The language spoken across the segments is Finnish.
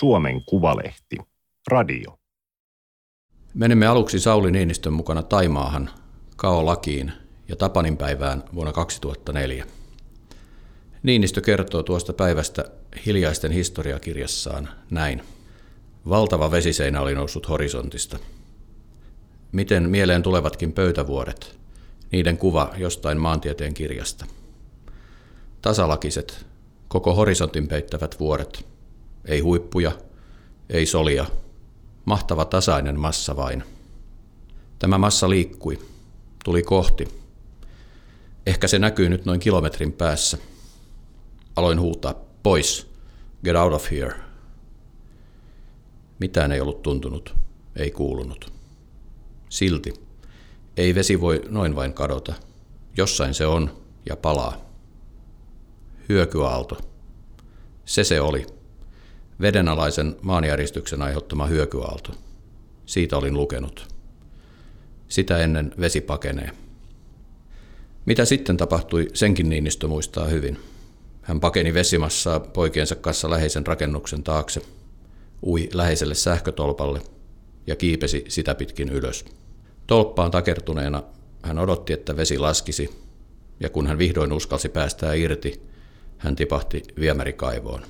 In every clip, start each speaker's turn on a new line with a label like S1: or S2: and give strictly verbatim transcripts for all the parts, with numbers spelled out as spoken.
S1: Suomen Kuvalehti, radio.
S2: Menemme aluksi Sauli Niinistön mukana Thaimaahan, Khao Lakiin ja Tapanin päivään vuonna kaksituhattaneljä. Niinistö kertoo tuosta päivästä Hiljaisten historiakirjassaan näin. Valtava vesiseinä oli noussut horisontista. Miten mieleen tulevatkin pöytävuoret, niiden kuva jostain maantieteen kirjasta. Tasalakiset, koko horisontin peittävät vuoret. Ei huippuja, ei solia. Mahtava tasainen massa vain. Tämä massa liikkui, tuli kohti. Ehkä se näkyy nyt noin kilometrin päässä. Aloin huutaa, pois, get out of here. Mitään ei ollut tuntunut, ei kuulunut. Silti, ei vesi voi noin vain kadota. Jossain se on ja palaa. Hyökyaalto. Se se oli. Vedenalaisen maanjäristyksen aiheuttama hyökyaalto. Siitä olin lukenut. Sitä ennen vesi pakenee. Mitä sitten tapahtui, senkin Niinistö muistaa hyvin. Hän pakeni vesimassaa poikiensa kanssa läheisen rakennuksen taakse, ui läheiselle sähkötolpalle ja kiipesi sitä pitkin ylös. Tolppaan takertuneena hän odotti, että vesi laskisi, ja kun hän vihdoin uskalsi päästää irti, hän tipahti viemärikaivoon.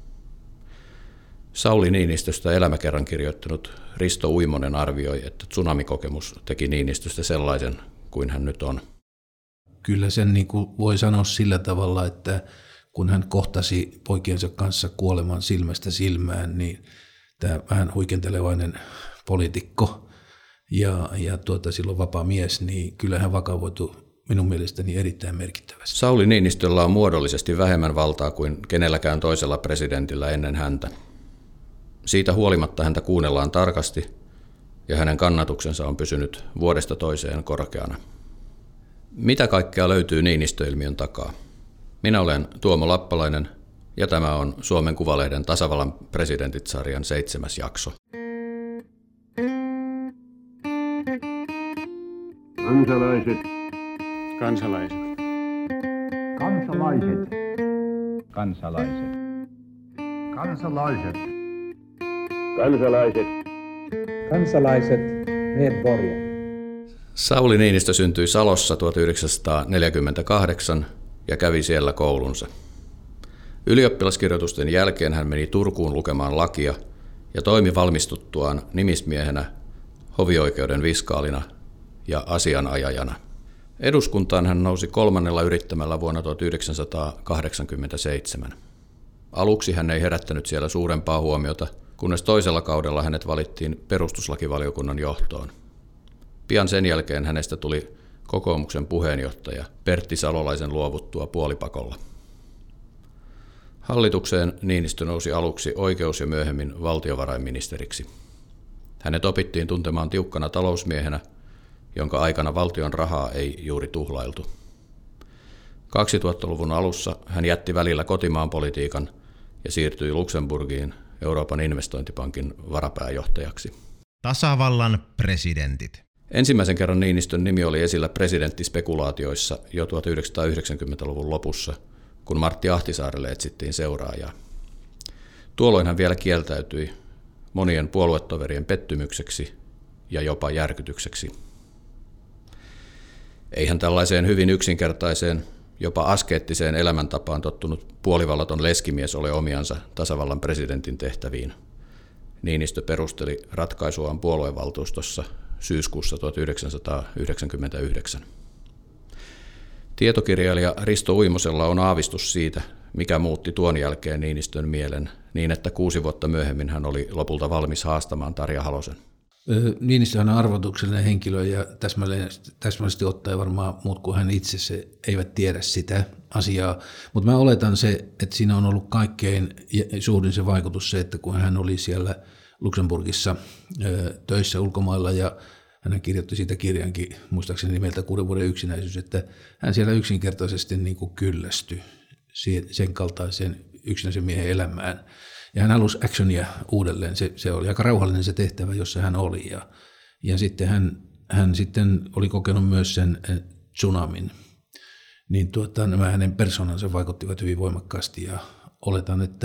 S2: Sauli Niinistöstä elämäkerran kirjoittanut Risto Uimonen arvioi, että tsunamikokemus teki Niinistöstä sellaisen kuin hän nyt on.
S3: Kyllä sen niin kuin voi sanoa sillä tavalla, että kun hän kohtasi poikiensa kanssa kuoleman silmästä silmään, niin tämä vähän huikentelevainen poliitikko ja, ja tuota, silloin vapaa mies, niin kyllä hän vakavoitui minun mielestäni erittäin merkittävästi.
S2: Sauli Niinistöllä on muodollisesti vähemmän valtaa kuin kenelläkään toisella presidentillä ennen häntä. Siitä huolimatta häntä kuunnellaan tarkasti ja hänen kannatuksensa on pysynyt vuodesta toiseen korkeana. Mitä kaikkea löytyy Niinistö-ilmiön takaa? Minä olen Tuomo Lappalainen ja tämä on Suomen Kuvalehden Tasavallan presidentit-sarjan seitsemäs jakso.
S4: Kansalaiset.
S5: Kansalaiset.
S4: Kansalaiset.
S5: Kansalaiset.
S4: Kansalaiset.
S5: Kansalaiset.
S6: Kansalaiset, medborgare.
S2: Sauli Niinistö syntyi Salossa tuhatyhdeksänsataaneljäkymmentäkahdeksan ja kävi siellä koulunsa. Ylioppilaskirjoitusten jälkeen hän meni Turkuun lukemaan lakia ja toimi valmistuttuaan nimismiehenä, hovioikeuden viskaalina ja asianajajana. Eduskuntaan hän nousi kolmannella yrittämällä vuonna tuhatyhdeksänsataakahdeksankymmentäseitsemän. Aluksi hän ei herättänyt siellä suurempaa huomiota, kunnes toisella kaudella hänet valittiin perustuslakivaliokunnan johtoon. Pian sen jälkeen hänestä tuli kokoomuksen puheenjohtaja Pertti Salolaisen luovuttua puolipakolla. Hallitukseen Niinistö nousi aluksi oikeus- ja myöhemmin valtiovarainministeriksi. Hänet opittiin tuntemaan tiukkana talousmiehenä, jonka aikana valtion rahaa ei juuri tuhlailtu. kaksituhattaluvun alussa hän jätti välillä kotimaan politiikan ja siirtyi Luxemburgiin Euroopan investointipankin varapääjohtajaksi.
S7: Tasavallan presidentit.
S2: Ensimmäisen kerran Niinistön nimi oli esillä presidenttispekulaatioissa jo tuhatyhdeksänsataayhdeksänkymmentäluvun lopussa, kun Martti Ahtisaarelle etsittiin seuraajaa. Tuolloin hän vielä kieltäytyi monien puoluetoverien pettymykseksi ja jopa järkytykseksi. Eihän tällaiseen hyvin yksinkertaiseen, jopa askeettiseen elämäntapaan tottunut puolivallaton leskimies ole omiansa tasavallan presidentin tehtäviin. Niinistö perusteli ratkaisuaan puoluevaltuustossa syyskuussa tuhatyhdeksänsataayhdeksänkymmentäyhdeksän. Tietokirjailija Risto Uimosella on aavistus siitä, mikä muutti tuon jälkeen Niinistön mielen, niin että kuusi vuotta myöhemmin hän oli lopulta valmis haastamaan Tarja Halosen.
S3: Niinistö on arvotuksellinen henkilö ja täsmällisesti ottaen varmaan muut kuin hän itse se eivät tiedä sitä asiaa. Mutta mä oletan se, että siinä on ollut kaikkein suurin se vaikutus se, että kun hän oli siellä Luxemburgissa töissä ulkomailla ja hän kirjoitti siitä kirjankin, muistaakseni nimeltä Kuuden vuoden yksinäisyys, että hän siellä yksinkertaisesti niin kuin kyllästyi sen kaltaisen yksinäisen miehen elämään. Ja hän halusi actionia uudelleen. Se, se oli aika rauhallinen se tehtävä, jossa hän oli. Ja, ja sitten hän, hän sitten oli kokenut myös sen tsunamin. Niin tuota, nämä hänen persoonansa vaikuttivat hyvin voimakkaasti. Ja oletan, että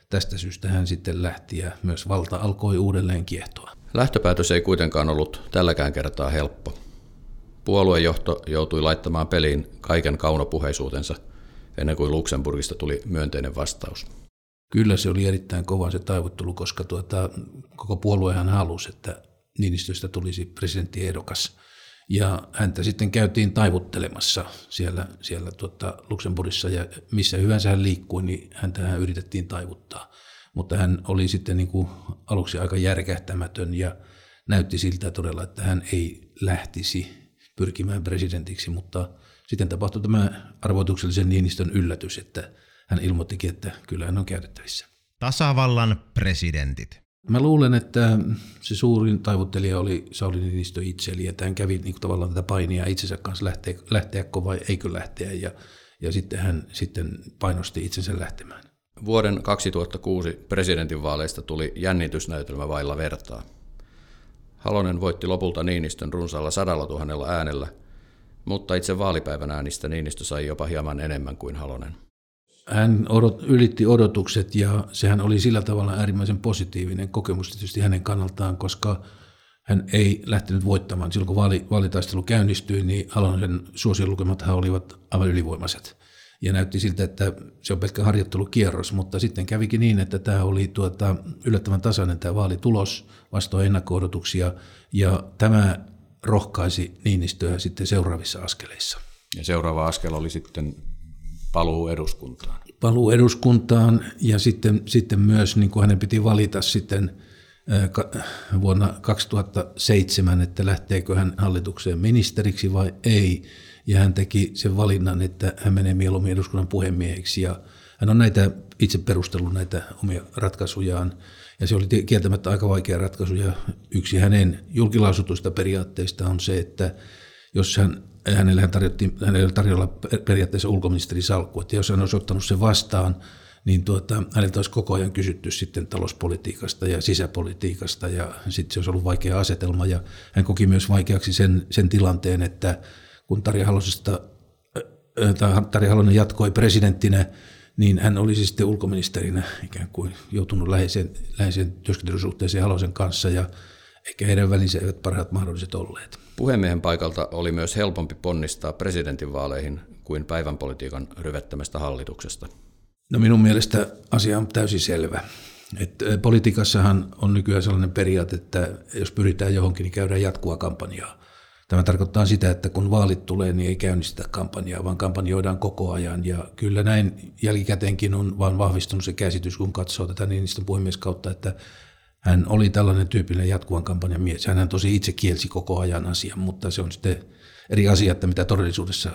S3: tästä syystä hän sitten lähti ja myös valta alkoi uudelleen kiehtoa.
S2: Lähtöpäätös ei kuitenkaan ollut tälläkään kertaa helppo. Puoluejohto joutui laittamaan peliin kaiken kaunopuheisuutensa ennen kuin Luxemburgista tuli myönteinen vastaus.
S3: Kyllä se oli erittäin kova se taivuttelu, koska tuota, koko puoluehan halusi, että Niinistöstä tulisi presidenttiehdokas. Ja häntä sitten käytiin taivuttelemassa siellä, siellä tuota Luxemburgissa ja missä hyvänsä hän liikkui, niin häntä yritettiin taivuttaa. Mutta hän oli sitten niin kuin aluksi aika järkähtämätön ja näytti siltä todella, että hän ei lähtisi pyrkimään presidentiksi, mutta sitten tapahtui tämä arvoituksellisen Niinistön yllätys, että hän ilmoittikin, että kyllä hän on käytettävissä.
S7: Tasavallan presidentit.
S3: Mä luulen, että se suurin taivuttelija oli Sauli Niinistö itse, eli että hän kävi niin kuin tavallaan tätä painia itsensä kanssa, lähteä, lähteäkö vai eikö lähteä, ja, ja sitten hän sitten painosti itsensä lähtemään.
S2: Vuoden kaksituhattakuusi presidentinvaaleista tuli jännitysnäytelmä vailla vertaa. Halonen voitti lopulta Niinistön runsaalla sadalla tuhannella äänellä, mutta itse vaalipäivän äänistä Niinistö sai jopa hieman enemmän kuin Halonen.
S3: Hän odot, ylitti odotukset ja sehän oli sillä tavalla äärimmäisen positiivinen kokemus tietysti hänen kannaltaan, koska hän ei lähtenyt voittamaan. Silloin kun vaali, vaalitaistelu käynnistyi, niin Halosen suosiolukemathan olivat aivan ylivoimaiset. Ja näytti siltä, että se on pelkkä harjoittelukierros, mutta sitten kävikin niin, että tämä oli tuota, yllättävän tasainen tämä vaalitulos vastoin ennakko-odotuksia, ja tämä rohkaisi Niinistöä sitten seuraavissa askeleissa.
S2: Ja seuraava askel oli sitten paluu eduskuntaan.
S3: Paluu eduskuntaan, ja sitten, sitten myös niin kuin hänen piti valita sitten vuonna kaksituhattaseitsemän, että lähteekö hän hallitukseen ministeriksi vai ei. Ja hän teki sen valinnan, että hän menee mieluummin eduskunnan puhemieheksi. Ja hän on näitä itse perustellut näitä omia ratkaisujaan. Ja se oli kieltämättä aika vaikea ratkaisu. Ja yksi hänen julkilausutuista periaatteista on se, että jos hän, hänelle, hän tarjottiin, hänelle tarjolla periaatteessa ulkoministerisalkku, että jos hän olisi ottanut sen vastaan, niin tuota, häneltä olisi koko ajan kysytty sitten talouspolitiikasta ja sisäpolitiikasta, ja sitten se olisi ollut vaikea asetelma. Ja hän koki myös vaikeaksi sen, sen tilanteen, että kun Tarja Halosesta, Tarja Halonen jatkoi presidenttinä, niin hän olisi sitten ulkoministerinä ikään kuin joutunut läheiseen, läheiseen työskentelysuhteeseen Halosen kanssa, ja ehkä heidän välinsä eivät parhaat mahdolliset olleet.
S2: Puhemiehen paikalta oli myös helpompi ponnistaa presidentinvaaleihin kuin päivänpolitiikan ryvettämästä hallituksesta.
S3: No minun mielestä asia on täysin selvä. Et politiikassahan on nykyään sellainen periaate, että jos pyritään johonkin, niin käydään jatkuvaa kampanjaa. Tämä tarkoittaa sitä, että kun vaalit tulee, niin ei käynnistetä kampanjaa, vaan kampanjoidaan koko ajan. Ja kyllä näin jälkikäteenkin on vaan vahvistunut se käsitys, kun katsoo tätä Niinistön puhemieskautta, että hän oli tällainen tyypillinen jatkuvan kampanjan mies. Hän tosi itse kielsi koko ajan asian, mutta se on sitten eri asia, että mitä todellisuudessa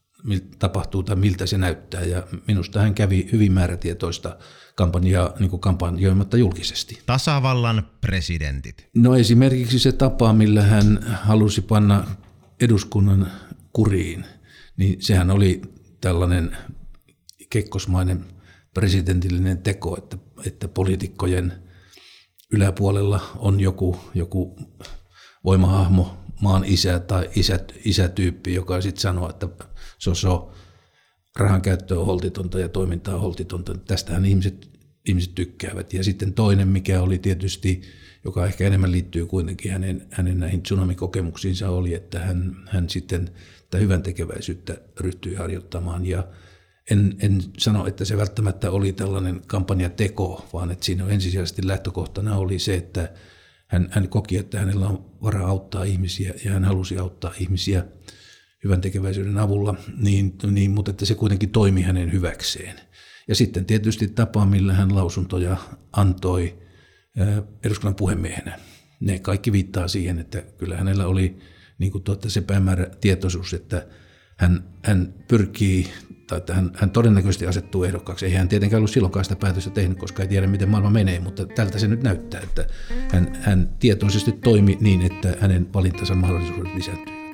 S3: tapahtuu tai miltä se näyttää. Ja minusta hän kävi hyvin määrätietoista kampanjaa niin kuin kampanjoimatta julkisesti.
S7: Tasavallan presidentit.
S3: No esimerkiksi se tapa, millä hän halusi panna eduskunnan kuriin, niin sehän oli tällainen kekkosmainen presidentillinen teko, että, että poliitikkojen yläpuolella on joku, joku voimahahmo, maan isä tai isä, isätyyppi, joka sitten sanoo, että se on so, rahan käyttö on holtitonta ja toiminta on holtitonta. Tästähän ihmiset, ihmiset tykkäävät. Ja sitten toinen, mikä oli tietysti, joka ehkä enemmän liittyy kuitenkin hänen, hänen näihin tsunamikokemuksiinsa, oli, että hän, hän sitten tätä hyvän tekeväisyyttä ryhtyi harjoittamaan. Ja en, en sano, että se välttämättä oli tällainen kampanjateko, vaan että siinä ensisijaisesti lähtökohtana oli se, että hän, hän koki, että hänellä on varaa auttaa ihmisiä ja hän halusi auttaa ihmisiä hyvän tekeväisyyden avulla, niin, niin, mutta että se kuitenkin toimi hänen hyväkseen. Ja sitten tietysti tapa, millä hän lausuntoja antoi eduskunnan puhemiehenä. Ne kaikki viittaa siihen, että kyllä hänellä oli niin kuin tuota, se päämäärä tietoisuus, että hän, hän pyrkii, tai että hän, hän todennäköisesti asettuu ehdokkaaksi. Ei hän tietenkään ollut silloinkaan sitä päätöstä tehnyt, koska ei tiedä, miten maailma menee, mutta tältä se nyt näyttää, että hän, hän tietoisesti toimi niin, että hänen valintansa mahdollisuudet lisääntyivät.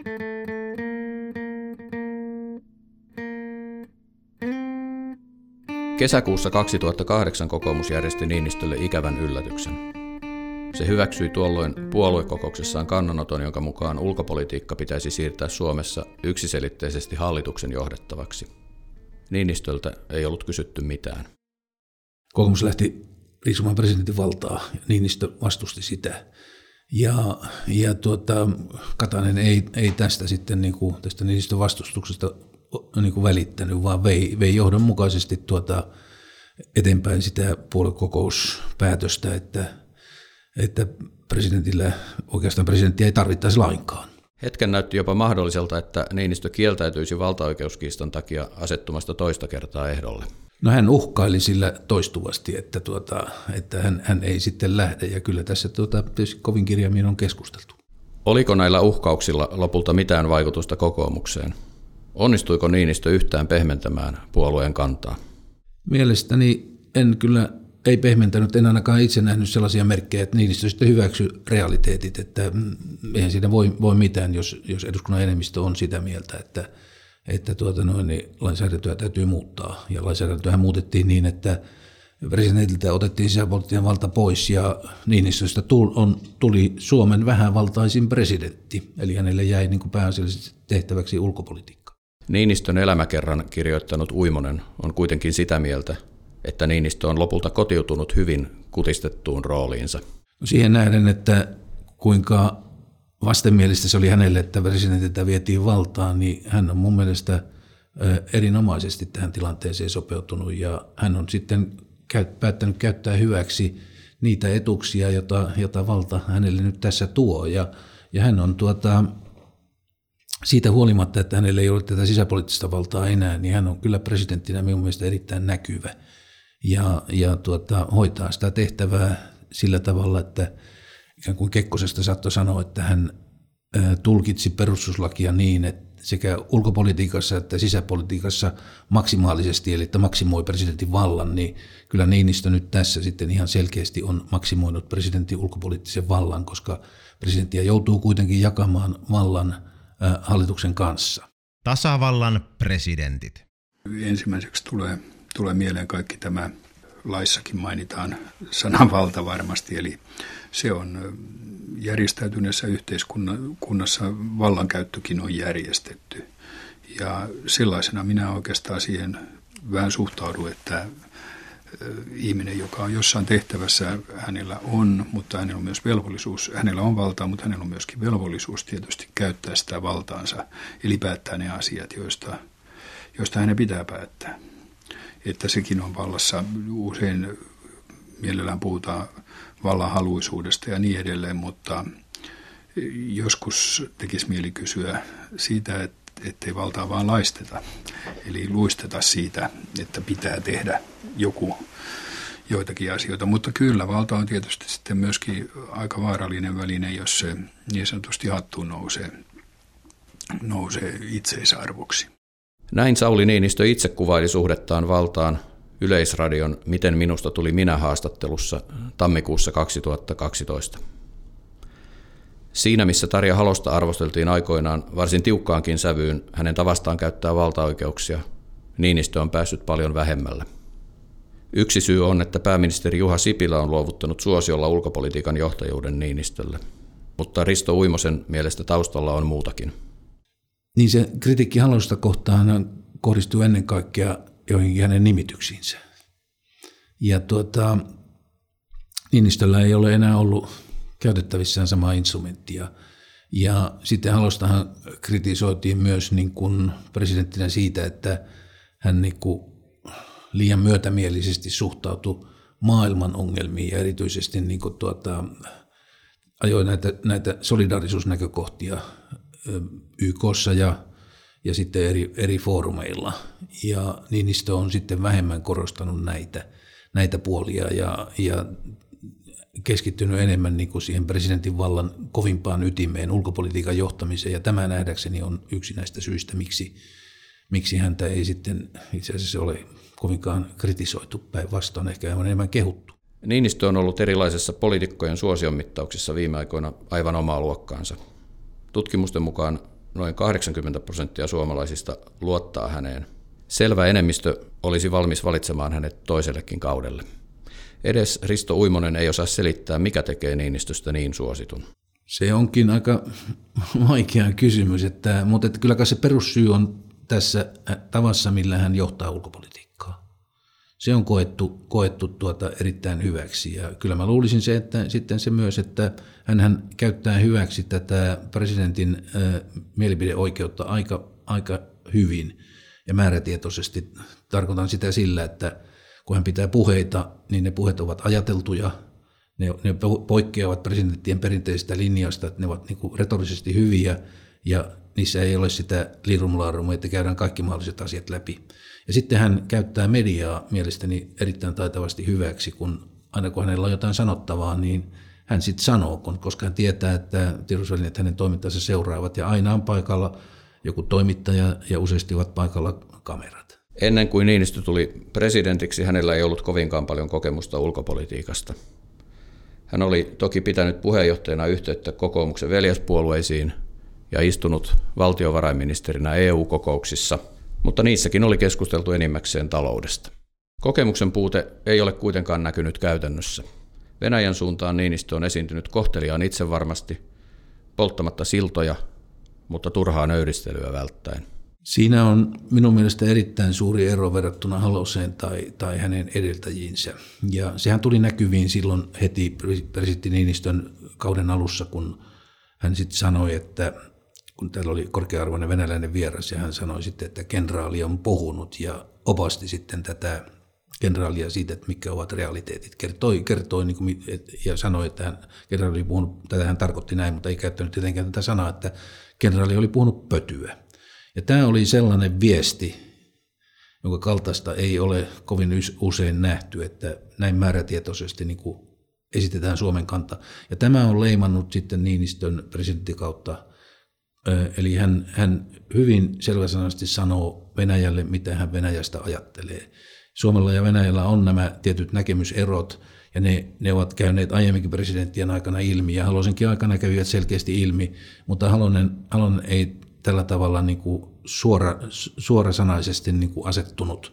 S2: Kesäkuussa kaksituhattakahdeksan kokoomus järjesti Niinistölle ikävän yllätyksen. Se hyväksyi tuolloin puoluekokouksessaan kannanoton, jonka mukaan ulkopolitiikka pitäisi siirtää Suomessa yksiselitteisesti hallituksen johdettavaksi. Niinistöltä ei ollut kysytty mitään.
S3: Kokoomus lähti riisumaan presidentin valtaa, Niinistö vastusti sitä. Ja, ja tuota, Katainen ei, ei tästä sitten niin kuin, tästä Niinistön vastustuksesta niin kuin välittänyt, vaan vei, vei johdonmukaisesti tuota, eteenpäin sitä puoluekokouspäätöstä, että, että presidentillä, oikeastaan presidenttiä ei tarvittaisi lainkaan.
S2: Hetken näytti jopa mahdolliselta, että Niinistö kieltäytyisi valtaoikeuskiistan takia asettumasta toista kertaa ehdolle.
S3: No hän uhkaili sillä toistuvasti, että, tuota, että hän, hän ei sitten lähde, ja kyllä tässä tuota, kovin kirjaimin on keskusteltu.
S2: Oliko näillä uhkauksilla lopulta mitään vaikutusta kokoomukseen? Onnistuiko Niinistö yhtään pehmentämään puolueen kantaa?
S3: Mielestäni en kyllä, ei pehmentänyt, en ainakaan itse nähnyt sellaisia merkkejä, että Niinistö sitten hyväksy realiteetit, että eihän siinä voi, voi mitään, jos, jos eduskunnan enemmistö on sitä mieltä, että että tuota noin, niin lainsäädäntöä täytyy muuttaa. Ja lainsäädäntöhän muutettiin niin, että presidentiltä otettiin sisäpoliittinen valta pois ja Niinistöstä tuli Suomen vähävaltaisin presidentti. Eli hänelle jäi niin kuin pääasiallisesti tehtäväksi ulkopolitiikka.
S2: Niinistön elämäkerran kirjoittanut Uimonen on kuitenkin sitä mieltä, että Niinistö on lopulta kotiutunut hyvin kutistettuun rooliinsa.
S3: No siihen nähden, että kuinka vastenmielistä se oli hänelle, että presidentiltä vietiin valtaan, niin hän on mun mielestä erinomaisesti tähän tilanteeseen sopeutunut ja hän on sitten päättänyt käyttää hyväksi niitä etuuksia, jota, jota valta hänelle nyt tässä tuo. Ja, ja hän on tuota, siitä huolimatta, että hänellä ei ole tätä sisäpoliittista valtaa enää, niin hän on kyllä presidenttinä minun mielestä erittäin näkyvä ja, ja tuota, hoitaa sitä tehtävää sillä tavalla, että ikään kuin Kekkosesta saattoi sanoa, että hän tulkitsi perustuslakia niin, että sekä ulkopolitiikassa että sisäpolitiikassa maksimaalisesti, eli että maksimoi presidentin vallan, niin kyllä Niinistö nyt tässä sitten ihan selkeästi on maksimoinut presidentin ulkopoliittisen vallan, koska presidenttiä joutuu kuitenkin jakamaan vallan hallituksen kanssa.
S7: Tasavallan presidentit.
S8: Ensimmäiseksi tulee, tulee mieleen kaikki tämä, laissakin mainitaan sananvalta varmasti, eli se on järjestäytyneessä yhteiskunnassa vallankäyttökin on järjestetty. Ja sellaisena minä oikeastaan siihen vähän suhtaudun, että ihminen, joka on jossain tehtävässä, hänellä on, mutta hänellä on myös velvollisuus, hänellä on valtaa, mutta hänellä on myöskin velvollisuus tietysti käyttää sitä valtaansa, eli päättää ne asiat, joista, joista hänen pitää päättää. Että sekin on vallassa, usein mielellään puhutaan vallanhaluisuudesta ja niin edelleen, mutta joskus tekisi mieli kysyä siitä, että ettei valtaa vaan laisteta, eli luisteta siitä, että pitää tehdä joku joitakin asioita, mutta kyllä valta on tietysti sitten myöskin aika vaarallinen väline, jos se niin sanotusti hattuun nousee, nousee itseisarvoksi.
S2: Näin Sauli Niinistö itse kuvaili suhdettaan valtaan Yleisradion Miten minusta tuli minä -haastattelussa tammikuussa kaksituhattakaksitoista. Siinä, missä Tarja Halosta arvosteltiin aikoinaan varsin tiukkaankin sävyyn hänen tavastaan käyttää valtaoikeuksia, Niinistö on päässyt paljon vähemmällä. Yksi syy on, että pääministeri Juha Sipilä on luovuttanut suosiolla ulkopolitiikan johtajuuden Niinistölle, mutta Risto Uimosen mielestä taustalla on muutakin.
S3: Niin se kritiikki Halosta kohtaan kohdistuu ennen kaikkea joihinkin hänen nimityksiinsä. Ja tuota, Niinistöllä ei ole enää ollut käytettävissään samaa instrumenttia. Ja sitten Halostahan kritisoitiin myös niin kuin presidenttinä siitä, että hän niin kuin liian myötämielisesti suhtautui maailman ongelmiin ja erityisesti niin kuin tuota, ajoi näitä, näitä solidaarisuusnäkökohtia Y K:ssa ja, ja sitten eri, eri foorumeilla. Ja Niinistö on sitten vähemmän korostanut näitä, näitä puolia ja, ja keskittynyt enemmän niin kuin siihen presidentin vallan kovimpaan ytimeen, ulkopolitiikan johtamiseen, ja tämä nähdäkseni on yksi näistä syistä, miksi, miksi häntä ei sitten itse asiassa ole kovinkaan kritisoitu, päinvastoin ehkä on enemmän kehuttu.
S2: Niinistö on ollut erilaisissa poliitikkojen suosionmittauksissa viime aikoina aivan omaa luokkaansa. Tutkimusten mukaan noin kahdeksankymmentä prosenttia suomalaisista luottaa häneen. Selvä enemmistö olisi valmis valitsemaan hänet toisellekin kaudelle. Edes Risto Uimonen ei osaa selittää, mikä tekee Niinistöstä niin suositun.
S3: Se onkin aika vaikea kysymys, että, mutta että kyllä se perussyy on tässä tavassa, millä hän johtaa ulkopolitiikkaa. se on koettu, koettu tuota erittäin hyväksi. Ja kyllä mä luulisin se, että sitten se myös, että hänhän käyttää hyväksi tätä presidentin äh, mielipideoikeutta aika, aika hyvin ja määrätietoisesti. Tarkoitan sitä sillä, että kun hän pitää puheita, niin ne puheet ovat ajateltuja, ne, ne poikkeavat presidenttien perinteisestä linjasta, että ne ovat niin kuin retorisesti hyviä ja niissä ei ole sitä liirumlaarumia, että käydään kaikki mahdolliset asiat läpi. Ja sitten hän käyttää mediaa mielestäni erittäin taitavasti hyväksi, kun aina kun hänellä on jotain sanottavaa, niin hän sitten sanoo, koska hän tietää, että tiedotusvälineet hänen toimintansa seuraavat ja aina on paikalla joku toimittaja ja useasti ovat paikalla kamerat.
S2: Ennen kuin Niinistö tuli presidentiksi, hänellä ei ollut kovinkaan paljon kokemusta ulkopolitiikasta. Hän oli toki pitänyt puheenjohtajana yhteyttä kokoomuksen veljespuolueisiin ja istunut valtiovarainministerinä E U-kokouksissa, mutta niissäkin oli keskusteltu enimmäkseen taloudesta. Kokemuksen puute ei ole kuitenkaan näkynyt käytännössä. Venäjän suuntaan Niinistö on esiintynyt kohteliaan itsevarmasti, polttamatta siltoja, mutta turhaa nöyristelyä välttäen.
S3: Siinä on minun mielestä erittäin suuri ero verrattuna Haloseen tai, tai hänen edeltäjiinsä. Ja sehän tuli näkyviin silloin heti presidentti Niinistön kauden alussa, kun hän sitten sanoi, että kun täällä oli korkea-arvoinen venäläinen vieras, ja hän sanoi sitten, että kenraali on puhunut ja opasti sitten tätä kenraalia siitä, että mitkä ovat realiteetit. Kertoi, kertoi niin kuin, ja sanoi, että hän, kenraali oli puhunut, tätä hän tarkoitti näin, mutta ei käyttänyt tietenkään tätä sanaa, että kenraali oli puhunut pötyä. Ja tämä oli sellainen viesti, jonka kaltaista ei ole kovin usein nähty, että näin määrätietoisesti niin kuin esitetään Suomen kanta. Ja tämä on leimannut sitten Niinistön presidenttikautta. Eli hän, hän hyvin selväsanaisesti sanoo Venäjälle, mitä hän Venäjästä ajattelee. Suomella ja Venäjällä on nämä tietyt näkemyserot, ja ne, ne ovat käyneet aiemminkin presidenttien aikana ilmi, ja Halosenkin aikana kävivät selkeästi ilmi, mutta Halonen, Halonen ei tällä tavalla niin kuin suora, suorasanaisesti niin kuin asettunut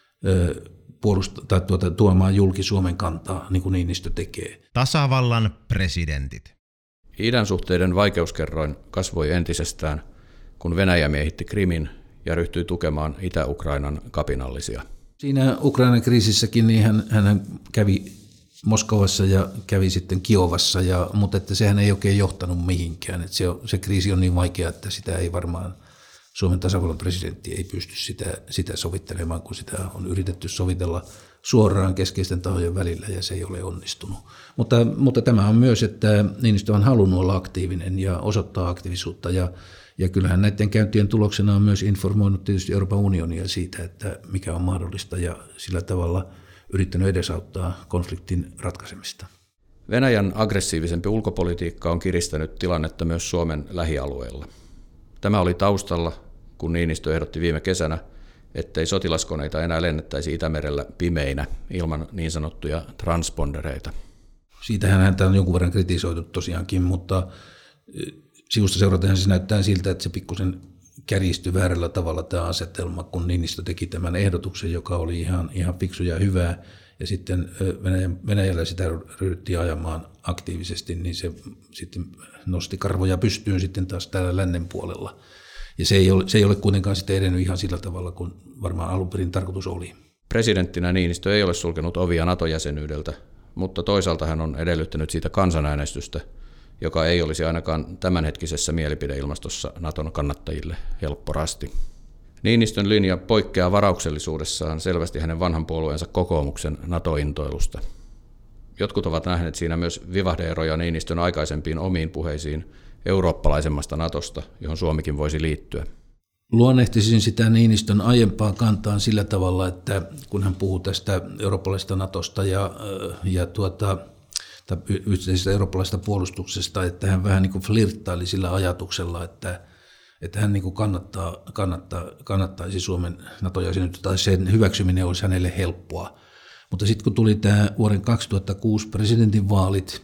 S3: ö, puolust- tai tuota, tuomaan julki Suomen kantaa, niin kuin Niinistö tekee.
S7: Tasavallan presidentit.
S2: Idän suhteiden vaikeuskerroin kasvoi entisestään, kun Venäjä miehitti Krimin ja ryhtyi tukemaan Itä-Ukrainan kapinallisia.
S3: Siinä Ukrainan kriisissäkin niin hän, hän kävi Moskovassa ja kävi sitten Kiovassa, ja, mutta että sehän ei oikein johtanut mihinkään. Että se, se kriisi on niin vaikea, että sitä ei varmaan Suomen tasavallan presidentti ei pysty sitä, sitä sovittelemaan, kun sitä on yritetty sovitella suoraan keskeisten tahojen välillä ja se ei ole onnistunut. Mutta, mutta tämä on myös, että Niinistö on halunnut olla aktiivinen ja osoittaa aktiivisuutta ja, ja kyllähän näiden käyntien tuloksena on myös informoinut tietysti Euroopan unionia siitä, että mikä on mahdollista ja sillä tavalla yrittänyt edesauttaa konfliktin ratkaisemista.
S2: Venäjän aggressiivisempi ulkopolitiikka on kiristänyt tilannetta myös Suomen lähialueella. Tämä oli taustalla, kun Niinistö ehdotti viime kesänä, ettei sotilaskoneita enää lennettäisi Itämerellä pimeinä ilman niin sanottuja transpondereita.
S3: Siitähän häntä on jonkun verran kritisoitu tosiaankin, mutta sivusta seuraten se näyttää siltä, että se pikkusen kärjistyi väärällä tavalla tämä asetelma, kun Niinistö teki tämän ehdotuksen, joka oli ihan, ihan fiksu ja hyvä, ja sitten Venäjällä sitä ryhdyttiin ajamaan aktiivisesti, niin se sitten nosti karvoja pystyyn sitten taas täällä lännen puolella. Ja se ei ole, se ei ole kuitenkaan sitten edennyt ihan sillä tavalla, kuin varmaan alun perin tarkoitus oli.
S2: Presidenttinä Niinistö ei ole sulkenut ovia NATO-jäsenyydeltä, mutta toisaalta hän on edellyttänyt siitä kansanäänestystä, joka ei olisi ainakaan tämänhetkisessä mielipideilmastossa Naton kannattajille helppo rasti. Niinistön linja poikkeaa varauksellisuudessaan selvästi hänen vanhan puolueensa kokoomuksen NATO-intoilusta. Jotkut ovat nähneet siinä myös vivahde-eroja Niinistön aikaisempiin omiin puheisiin eurooppalaisemmasta Natosta, johon Suomikin voisi liittyä.
S3: Luonnehtisin sitä Niinistön aiempaa kantaan sillä tavalla, että kun hän puhuu tästä eurooppalaisesta Natosta ja, ja tuota, tai yhteisestä eurooppalaisesta puolustuksesta, että hän vähän niin kuin flirttaili sillä ajatuksella, että, että hän niin kuin kannattaa, kannattaa, kannattaisi Suomen NATO-jäsenyyttä tai sen hyväksyminen olisi hänelle helppoa. Mutta sitten kun tuli tämä vuoden kaksituhattakuusi presidentinvaalit,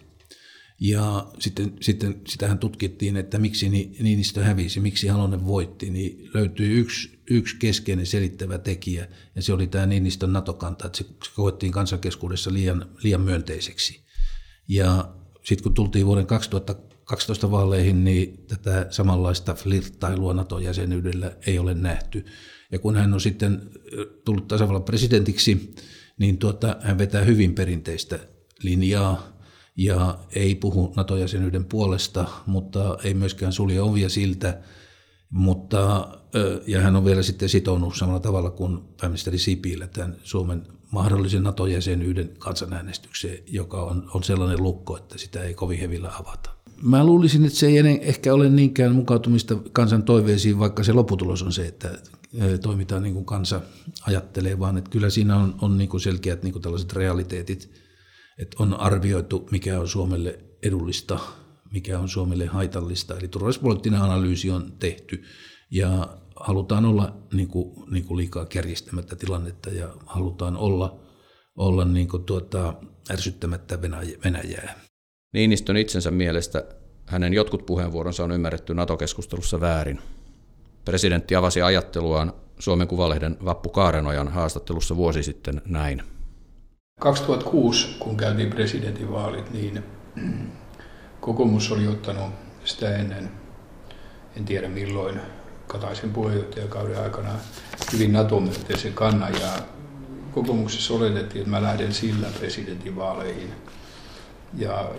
S3: ja sitten, sitten sitähän tutkittiin, että miksi Niinistö hävisi, miksi Halonen voitti, niin löytyi yksi, yksi keskeinen selittävä tekijä, ja se oli tämä Niinistön NATO-kanta, että se koettiin kansankeskuudessa liian, liian myönteiseksi. Ja sitten kun tultiin vuoden kaksituhattakaksitoista vaaleihin, niin tätä samanlaista flirttailua NATO-jäsenyydellä ei ole nähty. Ja kun hän on sitten tullut tasavallan presidentiksi, niin tuota, hän vetää hyvin perinteistä linjaa ja ei puhu NATO-jäsenyyden puolesta, mutta ei myöskään sulje ovia siltä, mutta, ja hän on vielä sitten sitonut samalla tavalla kuin pääministeri Sipilä tämän Suomen mahdollisen NATO-jäsenyyden kansanäänestykseen, joka on, on sellainen lukko, että sitä ei kovin hevillä avata. Mä luulisin, että se ei ehkä ole niinkään mukautumista kansan toiveisiin, vaikka se lopputulos on se, että toimitaan niin kuin kansa ajattelee, vaan että kyllä siinä on, on niin kuin selkeät niin kuin tällaiset realiteetit, että on arvioitu, mikä on Suomelle edullista, mikä on Suomelle haitallista. Eli turvallisuuspoliittinen analyysi on tehty ja halutaan olla niin kuin, niin kuin liikaa kärjistämättä tilannetta ja halutaan olla, olla niin kuin tuota, ärsyttämättä Venäjää.
S2: Niinistön itsensä mielestä hänen jotkut puheenvuoronsa on ymmärretty NATO-keskustelussa väärin. Presidentti avasi ajatteluaan Suomen Kuvalehden Vappu Kaarenojan haastattelussa vuosi sitten näin.
S8: kaksituhattakuusi, kun käytiin presidentinvaalit, niin kokoomus oli ottanut sitä ennen, en tiedä milloin, Kataisen puheenjohtajakauden aikana hyvin NATO-myönteisen kannan. Ja kokoomuksessa oletettiin, että mä lähden sillä presidentinvaaleihin. Ja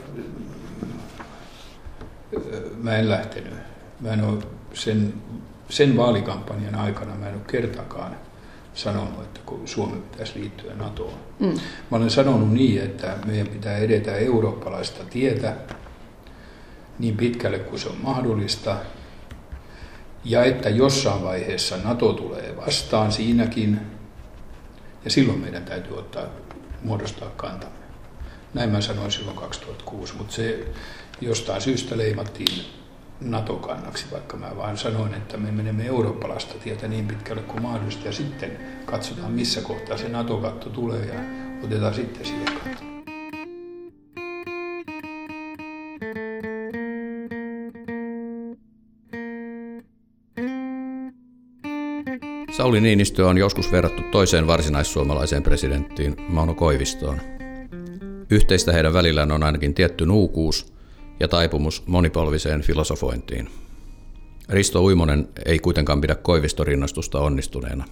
S8: mä en lähtenyt. Mä en ole sen, sen vaalikampanjan aikana mä en ole kertaakaan sanonut, että kun Suomi pitäisi liittyä NATOon. Mm. Mä olen sanonut niin, että meidän pitää edetä eurooppalaista tietä niin pitkälle kuin se on mahdollista. Ja että jossain vaiheessa NATO tulee vastaan siinäkin. Ja silloin meidän täytyy ottaa, muodostaa kantamme. Näin mä sanoin silloin kaksituhattakuusi, mutta se jostain syystä leimattiin NATO-kannaksi, vaikka mä vaan sanoin, että me menemme eurooppalaista tietä niin pitkälle kuin mahdollista ja sitten katsotaan missä kohtaa se NATO-katto tulee ja otetaan sitten sille katto.
S2: Sauli Niinistö on joskus verrattu toiseen varsinaissuomalaiseen presidenttiin Mauno Koivistoon. Yhteistä heidän välillään on ainakin tietty nuukuus ja taipumus monipolviseen filosofointiin. Risto Uimonen ei kuitenkaan pidä Koiviston rinnastusta onnistuneena.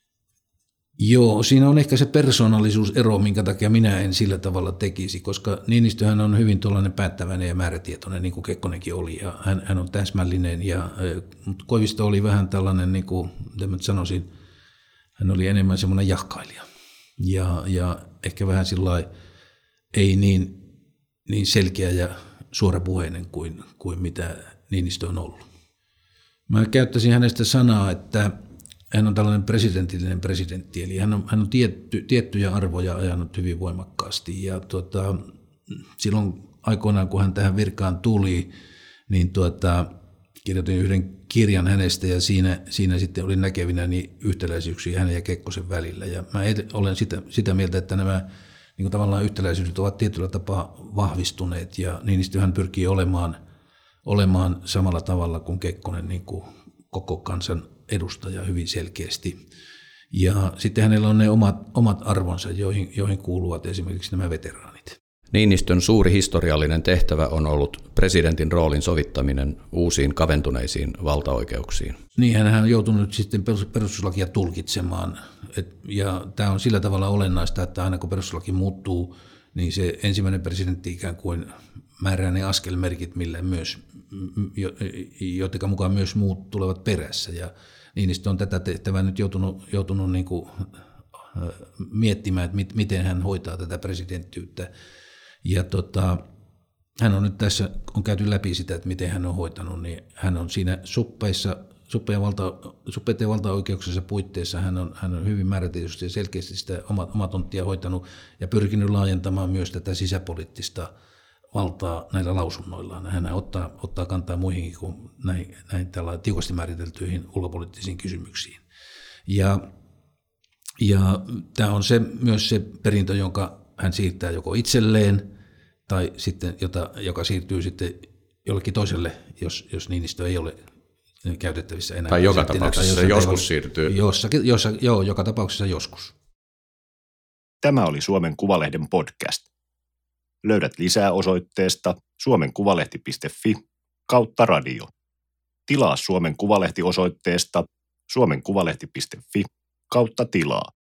S3: Joo, siinä on ehkä se persoonallisuusero, minkä takia minä en sillä tavalla tekisi, koska Niinistöhän on hyvin tuollainen päättäväinen ja määrätietoinen, niin kuin Kekkonenkin oli, ja hän, hän on täsmällinen, ja, mutta Koivisto oli vähän tällainen, niin kuin mä sanoisin, hän oli enemmän semmoinen jahkailija, ja, ja ehkä vähän sillai ei niin, niin selkeä ja suorapuheinen kuin, kuin mitä Niinistö on ollut. Mä käyttäisin hänestä sanaa, että hän on tällainen presidentillinen presidentti, eli hän on, hän on tietty, tiettyjä arvoja ajanut hyvin voimakkaasti. Ja tuota, silloin aikoinaan, kun hän tähän virkaan tuli, niin tuota, kirjoitin yhden kirjan hänestä ja siinä, siinä sitten oli näkevinä niin yhtäläisyyksiä hänen ja Kekkosen välillä. Ja mä olen sitä, sitä mieltä, että nämä niin kuin tavallaan yhtäläisyydet ovat tietyllä tapaa vahvistuneet ja Niinistöhän pyrkii olemaan, olemaan samalla tavalla kuin Kekkonen niin kuin koko kansan edustaja hyvin selkeästi. Ja sitten hänellä on ne omat, omat arvonsa, joihin, joihin kuuluvat esimerkiksi nämä veteraanit.
S2: Niinistön suuri historiallinen tehtävä on ollut presidentin roolin sovittaminen uusiin kaventuneisiin valtaoikeuksiin.
S3: Niin, hän on joutunut sitten perustuslakia tulkitsemaan. Et, ja tämä on sillä tavalla olennaista, että aina kun perustuslaki muuttuu, niin se ensimmäinen presidentti ikään kuin määrää ne askelmerkit, millä myös, joiden mukaan myös muut tulevat perässä. Ja Niinistö on tätä tehtävää nyt joutunut, joutunut niin kuin miettimään, että miten hän hoitaa tätä presidenttiyttä. Ja tota, hän on nyt tässä, on käyty läpi sitä, että miten hän on hoitanut, niin hän on siinä suppeissa, suppeiden valta, valtaoikeuksissa puitteissa, hän on, hän on hyvin määrätietoisesti ja selkeästi sitä oma, oma tonttia hoitanut ja pyrkinyt laajentamaan myös tätä sisäpoliittista valtaa näillä lausunnoillaan. Hän ottaa, ottaa kantaa muihinkin kuin näihin, näihin tällä tiukasti määriteltyihin ulkopoliittisiin kysymyksiin. Ja, ja tämä on se, myös se perintö, jonka hän siirtää joko itselleen tai sitten, jota, joka siirtyy sitten jollekin toiselle, jos, jos Niinistö ei ole käytettävissä enää.
S2: Tai joka tapauksessa tai joskus ole, siirtyy.
S3: Jossakin, jossa, joo, joka tapauksessa joskus.
S1: Tämä oli Suomen Kuvalehden podcast. Löydät lisää osoitteesta suomenkuvalehti piste fi kautta radio. Tilaa Suomen Kuvalehti osoitteesta suomenkuvalehti piste fi kautta tilaa.